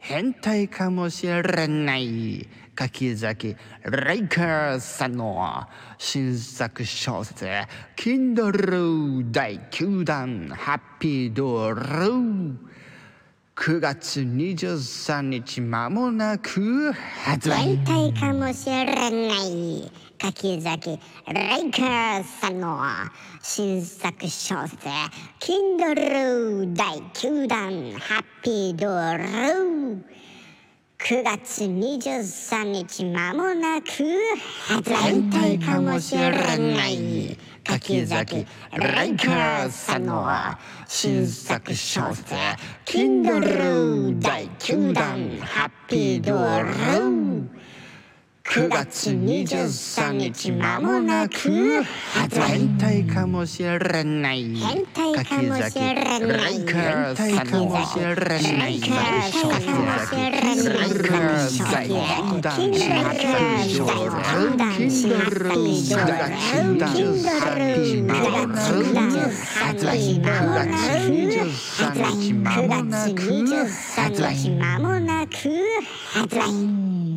変態かもしれない柿崎レイカーさんの新作小説 Kindle 第9弾ハッピードル9月23日間もなく発売。 変態かもしれない柿崎レイカーさんの新作小説 Kindle 第9弾ハッピードル9月23日間もなく発売。 変態かもしれない柿崎レイカーさんの新作小説 Kindle 第9弾ハッピードル9月23日間もなく発売。変態かもしれない柿崎レイカーさんの新作小説 Kindle 第9弾ハッピードル Kindle 第9弾発売。9月23日間もなく発売。 間もなく発売。